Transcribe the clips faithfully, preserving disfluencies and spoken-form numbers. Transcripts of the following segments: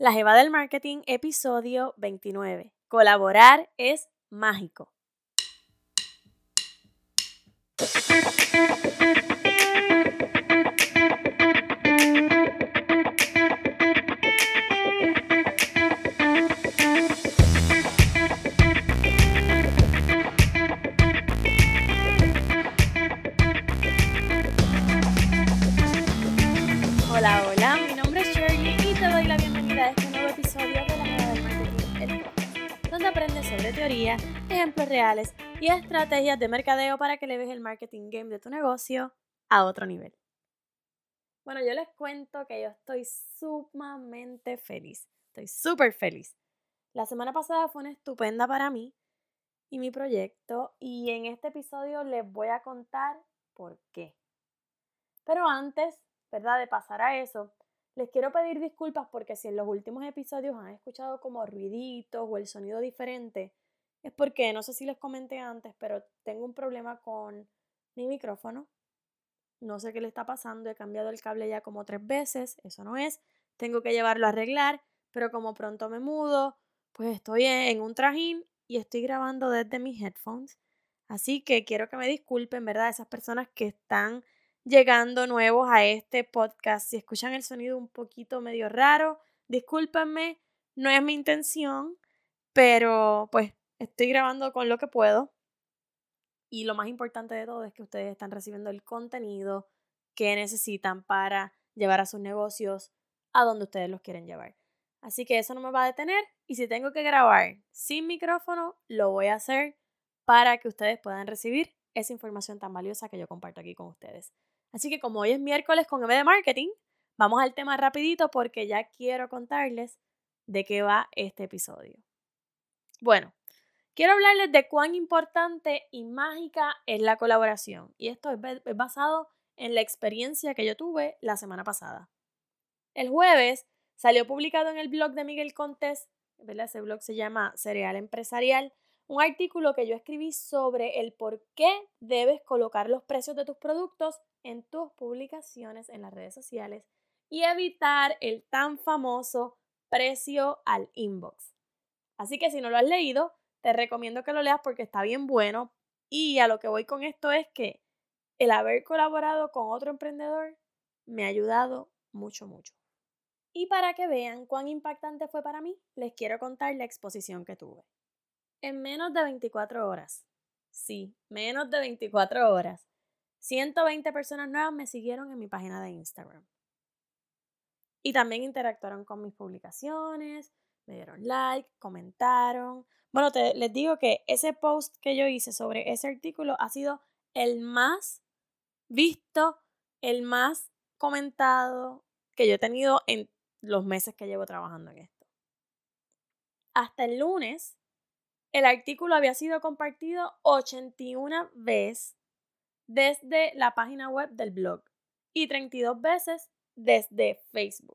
La Jeva del Marketing, episodio veintinueve. Colaborar es mágico. Hola, hola, mi nombre es Shirley y te doy la bienvenida a este nuevo episodio de La Jeva del Marketing, el podcast, donde aprendes sobre teoría, ejemplos reales y estrategias de mercadeo para que leves el marketing game de tu negocio a otro nivel. Bueno, yo les cuento que yo estoy sumamente feliz, estoy súper feliz. La semana pasada fue una estupenda para mí y mi proyecto y en este episodio les voy a contar por qué. Pero antes, ¿verdad?, de pasar a eso, les quiero pedir disculpas porque si en los últimos episodios han escuchado como ruiditos o el sonido diferente, es porque, no sé si les comenté antes, pero tengo un problema con mi micrófono. No sé qué le está pasando, he cambiado el cable ya como tres veces, eso no es, tengo que llevarlo a arreglar, pero como pronto me mudo, pues estoy en un trajín y estoy grabando desde mis headphones. Así que quiero que me disculpen, ¿verdad? Esas personas que están llegando nuevos a este podcast. Si escuchan el sonido un poquito medio raro, discúlpenme, no es mi intención, pero pues estoy grabando con lo que puedo. Y lo más importante de todo es que ustedes están recibiendo el contenido que necesitan para llevar a sus negocios a donde ustedes los quieren llevar. Así que eso no me va a detener y si tengo que grabar sin micrófono, lo voy a hacer para que ustedes puedan recibir esa información tan valiosa que yo comparto aquí con ustedes. Así que como hoy es miércoles con M de Marketing, vamos al tema rapidito porque ya quiero contarles de qué va este episodio. Bueno, quiero hablarles de cuán importante y mágica es la colaboración. Y esto es basado en la experiencia que yo tuve la semana pasada. El jueves salió publicado en el blog de Miguel Contés, ¿verdad? Ese blog se llama Cereal Empresarial, un artículo que yo escribí sobre el por qué debes colocar los precios de tus productos en tus publicaciones en las redes sociales y evitar el tan famoso precio al inbox. Así que si no lo has leído, te recomiendo que lo leas porque está bien bueno. Y a lo que voy con esto es que el haber colaborado con otro emprendedor me ha ayudado mucho, mucho. Y para que vean cuán impactante fue para mí, les quiero contar la exposición que tuve. En menos de veinticuatro horas, sí, menos de veinticuatro horas, ciento veinte personas nuevas me siguieron en mi página de Instagram. Y también interactuaron con mis publicaciones, me dieron like, comentaron. Bueno, te, les digo que ese post que yo hice sobre ese artículo ha sido el más visto, el más comentado que yo he tenido en los meses que llevo trabajando en esto. Hasta el lunes, el artículo había sido compartido ochenta y una veces desde la página web del blog y treinta y dos veces desde Facebook.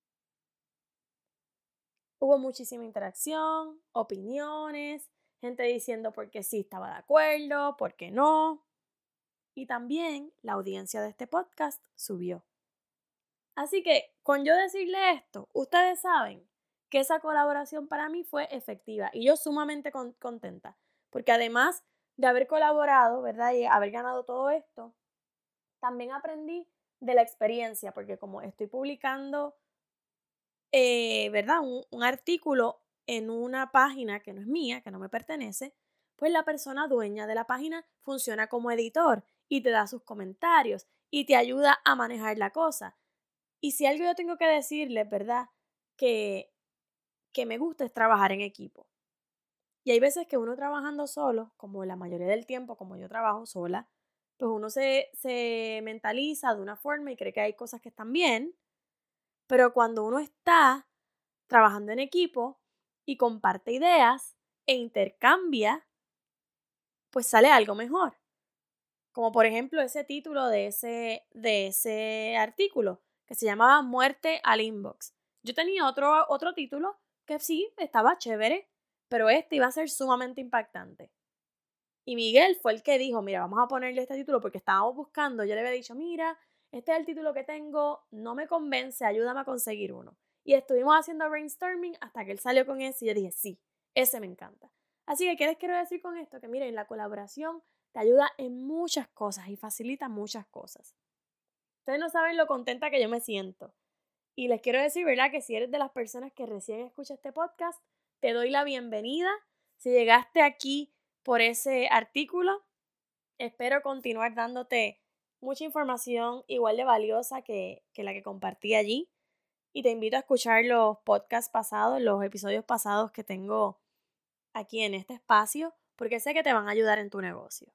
Hubo muchísima interacción, opiniones, gente diciendo por qué sí estaba de acuerdo, por qué no. Y también la audiencia de este podcast subió. Así que, con yo decirle esto, ustedes saben que esa colaboración para mí fue efectiva y yo sumamente con- contenta. Porque además de haber colaborado, ¿verdad? Y haber ganado todo esto, también aprendí de la experiencia, porque como estoy publicando Eh, ¿verdad? Un, un artículo en una página que no es mía, que no me pertenece, pues la persona dueña de la página funciona como editor y te da sus comentarios y te ayuda a manejar la cosa. Y si algo yo tengo que decirles, ¿verdad? Que, que me gusta es trabajar en equipo. Y hay veces que uno trabajando solo, como la mayoría del tiempo, como yo trabajo sola, pues uno se, se mentaliza de una forma y cree que hay cosas que están bien, pero cuando uno está trabajando en equipo y comparte ideas e intercambia, pues sale algo mejor. Como por ejemplo ese título de ese, de ese artículo que se llamaba Muerte al Inbox. Yo tenía otro, otro título que sí, estaba chévere, pero este iba a ser sumamente impactante. Y Miguel fue el que dijo, mira, vamos a ponerle este título porque estábamos buscando. Yo le había dicho, mira, este es el título que tengo, no me convence, ayúdame a conseguir uno. Y estuvimos haciendo brainstorming hasta que él salió con ese y yo dije, sí, ese me encanta. Así que, ¿qué les quiero decir con esto? Que miren, la colaboración te ayuda en muchas cosas y facilita muchas cosas. Ustedes no saben lo contenta que yo me siento. Y les quiero decir, ¿verdad? Que si eres de las personas que recién escucha este podcast, te doy la bienvenida. Si llegaste aquí por ese artículo, espero continuar dándote mucha información igual de valiosa que, que la que compartí allí. Y te invito a escuchar los podcasts pasados, los episodios pasados que tengo aquí en este espacio, porque sé que te van a ayudar en tu negocio.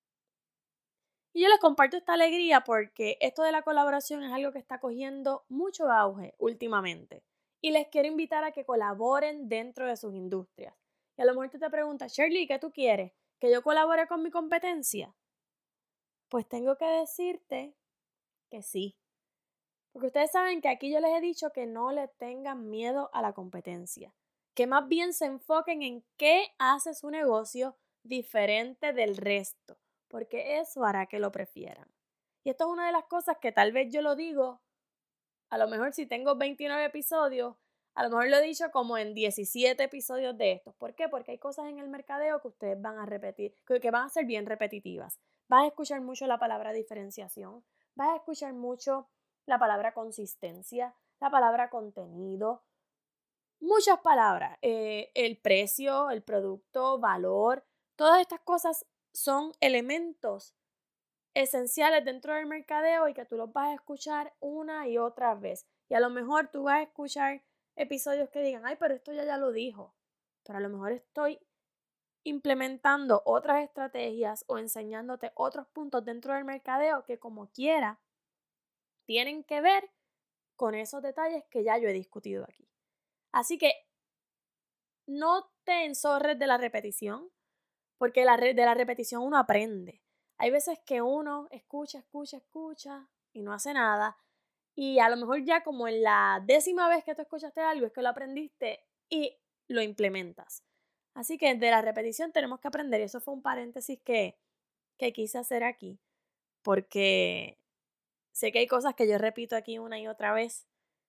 Y yo les comparto esta alegría porque esto de la colaboración es algo que está cogiendo mucho auge últimamente. Y les quiero invitar a que colaboren dentro de sus industrias. Y a lo mejor tú te preguntas, Shirley, ¿qué tú quieres? ¿Que yo colabore con mi competencia? Pues tengo que decirte que sí. Porque ustedes saben que aquí yo les he dicho que no le tengan miedo a la competencia. Que más bien se enfoquen en qué hace su negocio diferente del resto. Porque eso hará que lo prefieran. Y esto es una de las cosas que tal vez yo lo digo, a lo mejor si tengo veintinueve episodios, a lo mejor lo he dicho como en diecisiete episodios de estos. ¿Por qué? Porque hay cosas en el mercadeo que ustedes van a repetir, que van a ser bien repetitivas. Vas a escuchar mucho la palabra diferenciación, vas a escuchar mucho la palabra consistencia, la palabra contenido, muchas palabras, eh, el precio, el producto, valor, todas estas cosas son elementos esenciales dentro del mercadeo y que tú los vas a escuchar una y otra vez. Y a lo mejor tú vas a escuchar episodios que digan, ay, pero esto ya ya lo dijo. Pero a lo mejor estoy implementando otras estrategias o enseñándote otros puntos dentro del mercadeo que como quiera tienen que ver con esos detalles que ya yo he discutido aquí. Así que no te enzorres de la repetición, porque la re- de la repetición uno aprende. Hay veces que uno escucha, escucha, escucha y no hace nada. Y a lo mejor ya como en la décima vez que tú escuchaste algo es que lo aprendiste y lo implementas. Así que de la repetición tenemos que aprender. Y eso fue un paréntesis que, que quise hacer aquí. Porque sé que hay cosas que yo repito aquí una y otra vez,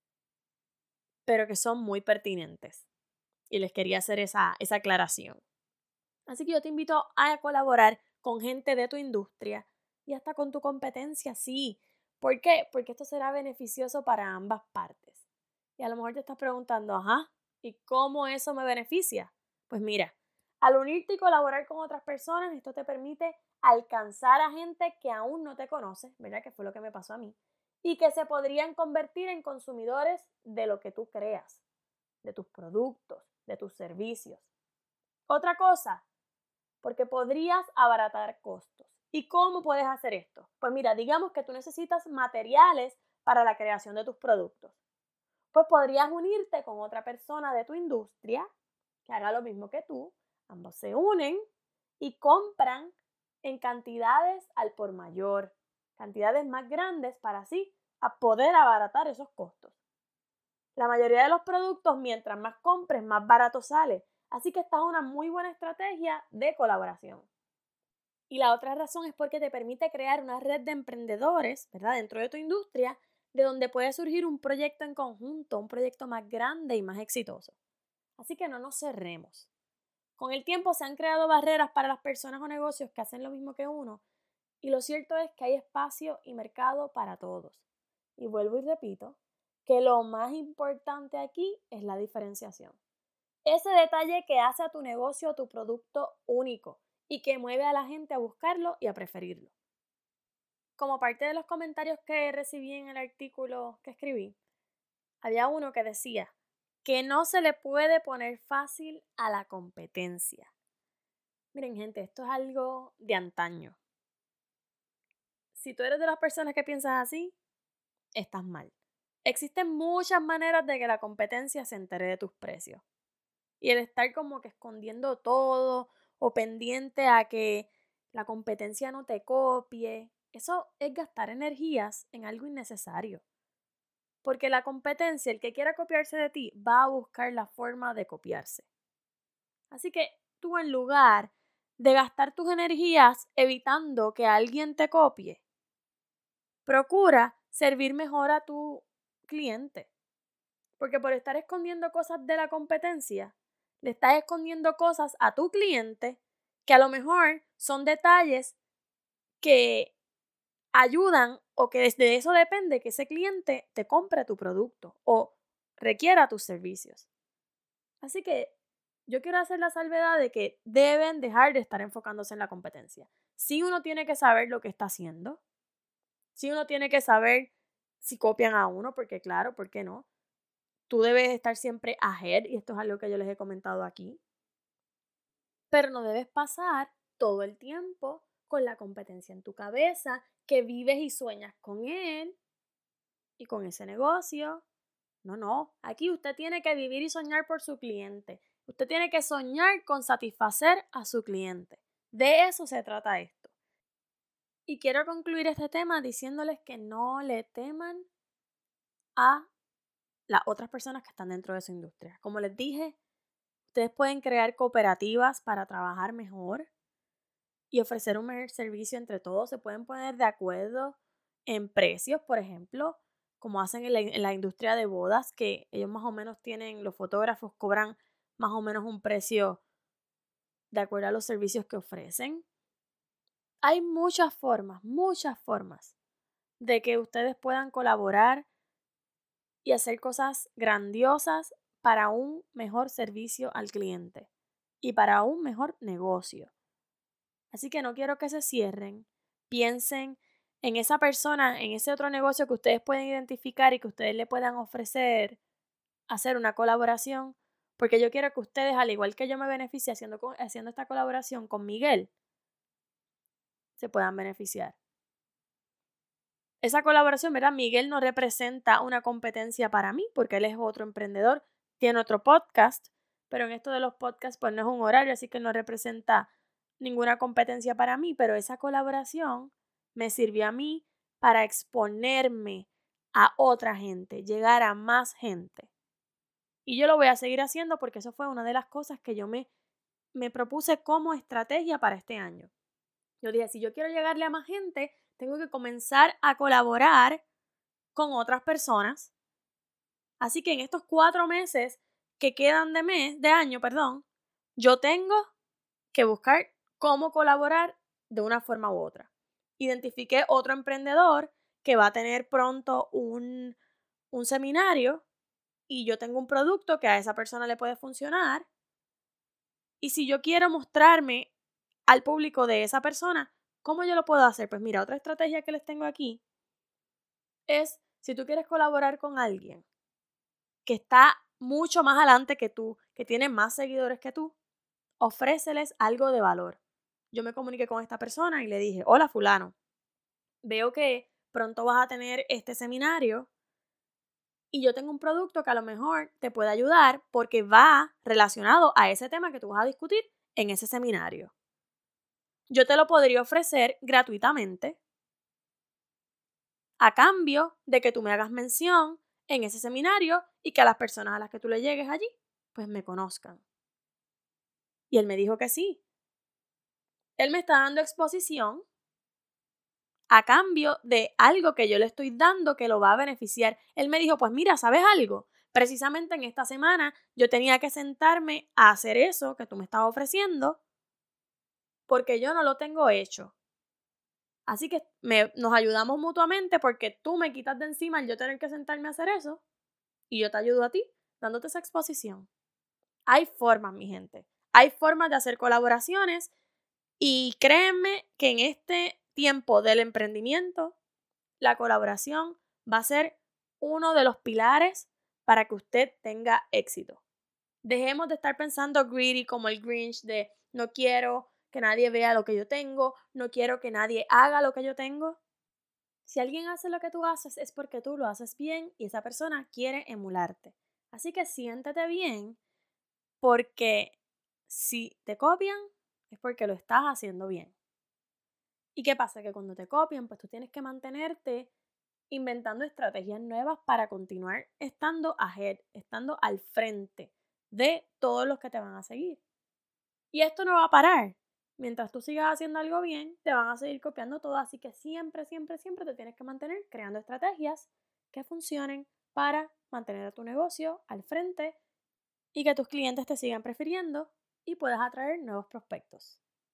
pero que son muy pertinentes. Y les quería hacer esa, esa aclaración. Así que yo te invito a colaborar con gente de tu industria y hasta con tu competencia, sí. ¿Por qué? Porque esto será beneficioso para ambas partes. Y a lo mejor te estás preguntando, ajá, ¿y cómo eso me beneficia? Pues mira, al unirte y colaborar con otras personas, esto te permite alcanzar a gente que aún no te conoce, ¿verdad? Que fue lo que me pasó a mí. Y que se podrían convertir en consumidores de lo que tú creas, de tus productos, de tus servicios. Otra cosa, porque podrías abaratar costos. ¿Y cómo puedes hacer esto? Pues mira, digamos que tú necesitas materiales para la creación de tus productos. Pues podrías unirte con otra persona de tu industria que haga lo mismo que tú. Ambos se unen y compran en cantidades al por mayor, cantidades más grandes para así a poder abaratar esos costos. La mayoría de los productos, mientras más compres, más barato sale. Así que esta es una muy buena estrategia de colaboración. Y la otra razón es porque te permite crear una red de emprendedores, ¿verdad? Dentro de tu industria, de donde puede surgir un proyecto en conjunto, un proyecto más grande y más exitoso. Así que no nos cerremos. Con el tiempo se han creado barreras para las personas o negocios que hacen lo mismo que uno. Y lo cierto es que hay espacio y mercado para todos. Y vuelvo y repito, que lo más importante aquí es la diferenciación. Ese detalle que hace a tu negocio o tu producto único y que mueve a la gente a buscarlo y a preferirlo. Como parte de los comentarios que recibí en el artículo que escribí, había uno que decía que no se le puede poner fácil a la competencia. Miren, gente, esto es algo de antaño. Si tú eres de las personas que piensas así, estás mal. Existen muchas maneras de que la competencia se entere de tus precios. Y el estar como que escondiendo todo o pendiente a que la competencia no te copie, eso es gastar energías en algo innecesario. Porque la competencia, el que quiera copiarse de ti, va a buscar la forma de copiarse. Así que tú, en lugar de gastar tus energías evitando que alguien te copie, procura servir mejor a tu cliente. Porque por estar escondiendo cosas de la competencia, le estás escondiendo cosas a tu cliente que a lo mejor son detalles que ayudan o que desde eso depende que ese cliente te compre tu producto o requiera tus servicios. Así que yo quiero hacer la salvedad de que deben dejar de estar enfocándose en la competencia. Sí, uno tiene que saber lo que está haciendo. Sí, uno tiene que saber si copian a uno, porque claro, ¿por qué no? Tú debes estar siempre ahead, y esto es algo que yo les he comentado aquí. Pero no debes pasar todo el tiempo con la competencia en tu cabeza, que vives y sueñas con él y con ese negocio. No, no, aquí usted tiene que vivir y soñar por su cliente. Usted tiene que soñar con satisfacer a su cliente. De eso se trata esto. Y quiero concluir este tema diciéndoles que no le teman a las otras personas que están dentro de su industria. Como les dije, ustedes pueden crear cooperativas para trabajar mejor y ofrecer un mejor servicio entre todos. Se pueden poner de acuerdo en precios, por ejemplo, como hacen en la, en la industria de bodas, que ellos más o menos tienen, los fotógrafos cobran más o menos un precio de acuerdo a los servicios que ofrecen. Hay muchas formas, muchas formas de que ustedes puedan colaborar y hacer cosas grandiosas para un mejor servicio al cliente y para un mejor negocio. Así que no quiero que se cierren. Piensen en esa persona, en ese otro negocio que ustedes pueden identificar y que ustedes le puedan ofrecer hacer una colaboración, porque yo quiero que ustedes, al igual que yo me beneficie haciendo, haciendo esta colaboración con Miguel, se puedan beneficiar. Esa colaboración, ¿verdad? Miguel no representa una competencia para mí, porque él es otro emprendedor, tiene otro podcast, pero en esto de los podcasts pues no es un horario, así que no representa ninguna competencia para mí, pero esa colaboración me sirvió a mí para exponerme a otra gente, llegar a más gente. Y yo lo voy a seguir haciendo porque eso fue una de las cosas que yo me, me propuse como estrategia para este año. Yo dije, si yo quiero llegarle a más gente, tengo que comenzar a colaborar con otras personas. Así que en estos cuatro meses que quedan de mes, de año, perdón, yo tengo que buscar cómo colaborar de una forma u otra. Identifiqué otro emprendedor que va a tener pronto un, un seminario y yo tengo un producto que a esa persona le puede funcionar. Y si yo quiero mostrarme al público de esa persona, ¿cómo yo lo puedo hacer? Pues mira, otra estrategia que les tengo aquí es, si tú quieres colaborar con alguien que está mucho más adelante que tú, que tiene más seguidores que tú, ofréceles algo de valor. Yo me comuniqué con esta persona y le dije, hola fulano, veo que pronto vas a tener este seminario y yo tengo un producto que a lo mejor te puede ayudar porque va relacionado a ese tema que tú vas a discutir en ese seminario. Yo te lo podría ofrecer gratuitamente a cambio de que tú me hagas mención en ese seminario y que a las personas a las que tú le llegues allí, pues me conozcan. Y él me dijo que sí. Él me está dando exposición a cambio de algo que yo le estoy dando que lo va a beneficiar. Él me dijo, pues mira, ¿sabes algo? Precisamente en esta semana yo tenía que sentarme a hacer eso que tú me estás ofreciendo porque yo no lo tengo hecho. Así que me, nos ayudamos mutuamente porque tú me quitas de encima el yo tener que sentarme a hacer eso y yo te ayudo a ti dándote esa exposición. Hay formas, mi gente. Hay formas de hacer colaboraciones y créanme que en este tiempo del emprendimiento, la colaboración va a ser uno de los pilares para que usted tenga éxito. Dejemos de estar pensando greedy como el Grinch de no quiero que nadie vea lo que yo tengo, no quiero que nadie haga lo que yo tengo. Si alguien hace lo que tú haces es porque tú lo haces bien y esa persona quiere emularte. Así que siéntete bien porque si te copian es porque lo estás haciendo bien. ¿Y qué pasa? Que cuando te copian, pues tú tienes que mantenerte inventando estrategias nuevas para continuar estando ahead, estando al frente de todos los que te van a seguir. Y esto no va a parar. Mientras tú sigas haciendo algo bien, te van a seguir copiando todo. Así que siempre, siempre, siempre te tienes que mantener creando estrategias que funcionen para mantener a tu negocio al frente y que tus clientes te sigan prefiriendo y puedas atraer nuevos prospectos.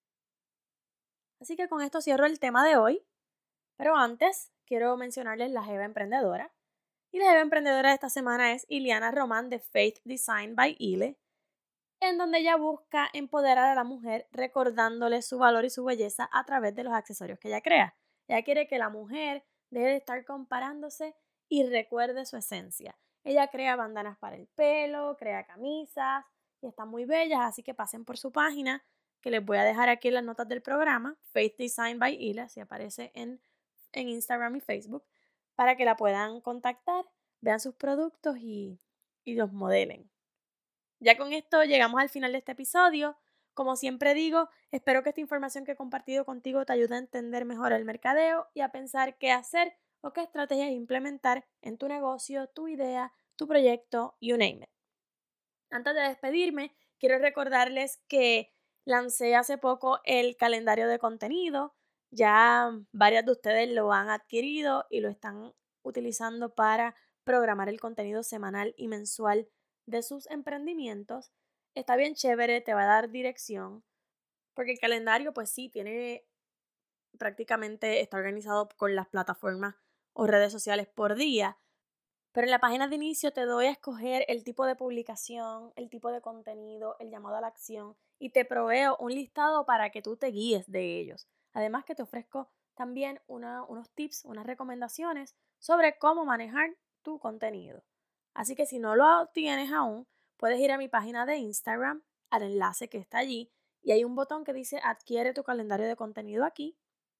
Así que con esto cierro el tema de hoy, pero antes quiero mencionarles la Jeva Emprendedora. Y la Jeva Emprendedora de esta semana es Iliana Román de Faith Design by Ile, en donde ella busca empoderar a la mujer recordándole su valor y su belleza a través de los accesorios que ella crea. Ella quiere que la mujer deje de estar comparándose y recuerde su esencia. Ella crea bandanas para el pelo, crea camisas y están muy bellas, así que pasen por su página que les voy a dejar aquí en las notas del programa, Faith Design by Ile, así aparece en, en Instagram y Facebook, para que la puedan contactar, vean sus productos y, y los modelen. Ya con esto llegamos al final de este episodio. Como siempre digo, espero que esta información que he compartido contigo te ayude a entender mejor el mercadeo y a pensar qué hacer o qué estrategias implementar en tu negocio, tu idea, tu proyecto, you name it. Antes de despedirme, quiero recordarles que lancé hace poco el calendario de contenido. Ya varias de ustedes lo han adquirido y lo están utilizando para programar el contenido semanal y mensual de sus emprendimientos. Está bien chévere, te va a dar dirección, porque el calendario pues sí, tiene prácticamente, está organizado con las plataformas o redes sociales por día, pero en la página de inicio te doy a escoger el tipo de publicación, el tipo de contenido, el llamado a la acción y te proveo un listado para que tú te guíes de ellos. Además que te ofrezco también una, unos tips, unas recomendaciones sobre cómo manejar tu contenido. Así que si no lo tienes aún, puedes ir a mi página de Instagram, al enlace que está allí, y hay un botón que dice adquiere tu calendario de contenido aquí,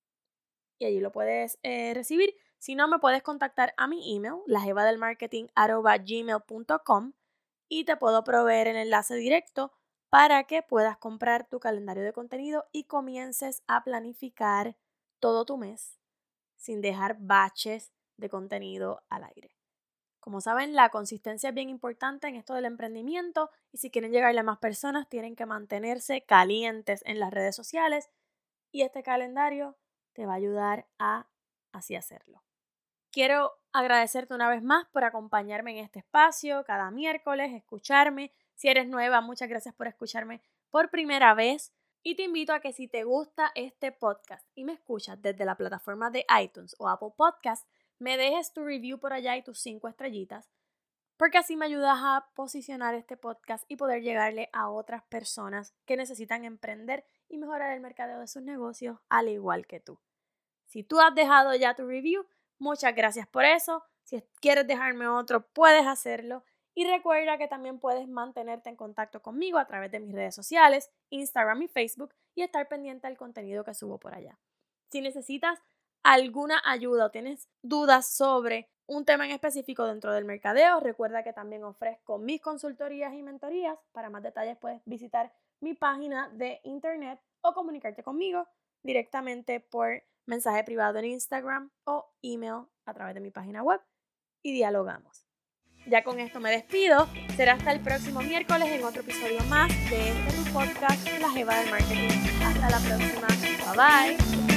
y allí lo puedes eh, recibir. Si no, me puedes contactar a mi email, lajevadelmarketing arroba gmail punto com, y te puedo proveer el enlace directo para que puedas comprar tu calendario de contenido y comiences a planificar todo tu mes sin dejar baches de contenido al aire. Como saben, la consistencia es bien importante en esto del emprendimiento y si quieren llegarle a más personas tienen que mantenerse calientes en las redes sociales y este calendario te va a ayudar a así hacerlo. Quiero agradecerte una vez más por acompañarme en este espacio cada miércoles, escucharme. Si eres nueva, muchas gracias por escucharme por primera vez y te invito a que si te gusta este podcast y me escuchas desde la plataforma de iTunes o Apple Podcast, me dejes tu review por allá y tus cinco estrellitas, porque así me ayudas a posicionar este podcast y poder llegarle a otras personas que necesitan emprender y mejorar el mercadeo de sus negocios al igual que tú. Si tú has dejado ya tu review, muchas gracias por eso. Si quieres dejarme otro, puedes hacerlo. Y recuerda que también puedes mantenerte en contacto conmigo a través de mis redes sociales, Instagram y Facebook, y estar pendiente del contenido que subo por allá. Si necesitas alguna ayuda o tienes dudas sobre un tema en específico dentro del mercadeo, recuerda que también ofrezco mis consultorías y mentorías. Para más detalles puedes visitar mi página de internet o comunicarte conmigo directamente por mensaje privado en Instagram o email a través de mi página web y dialogamos. Ya con esto me despido. Será hasta el próximo miércoles en otro episodio más de este tu podcast, La Jeva del Marketing. Hasta la próxima. Bye bye.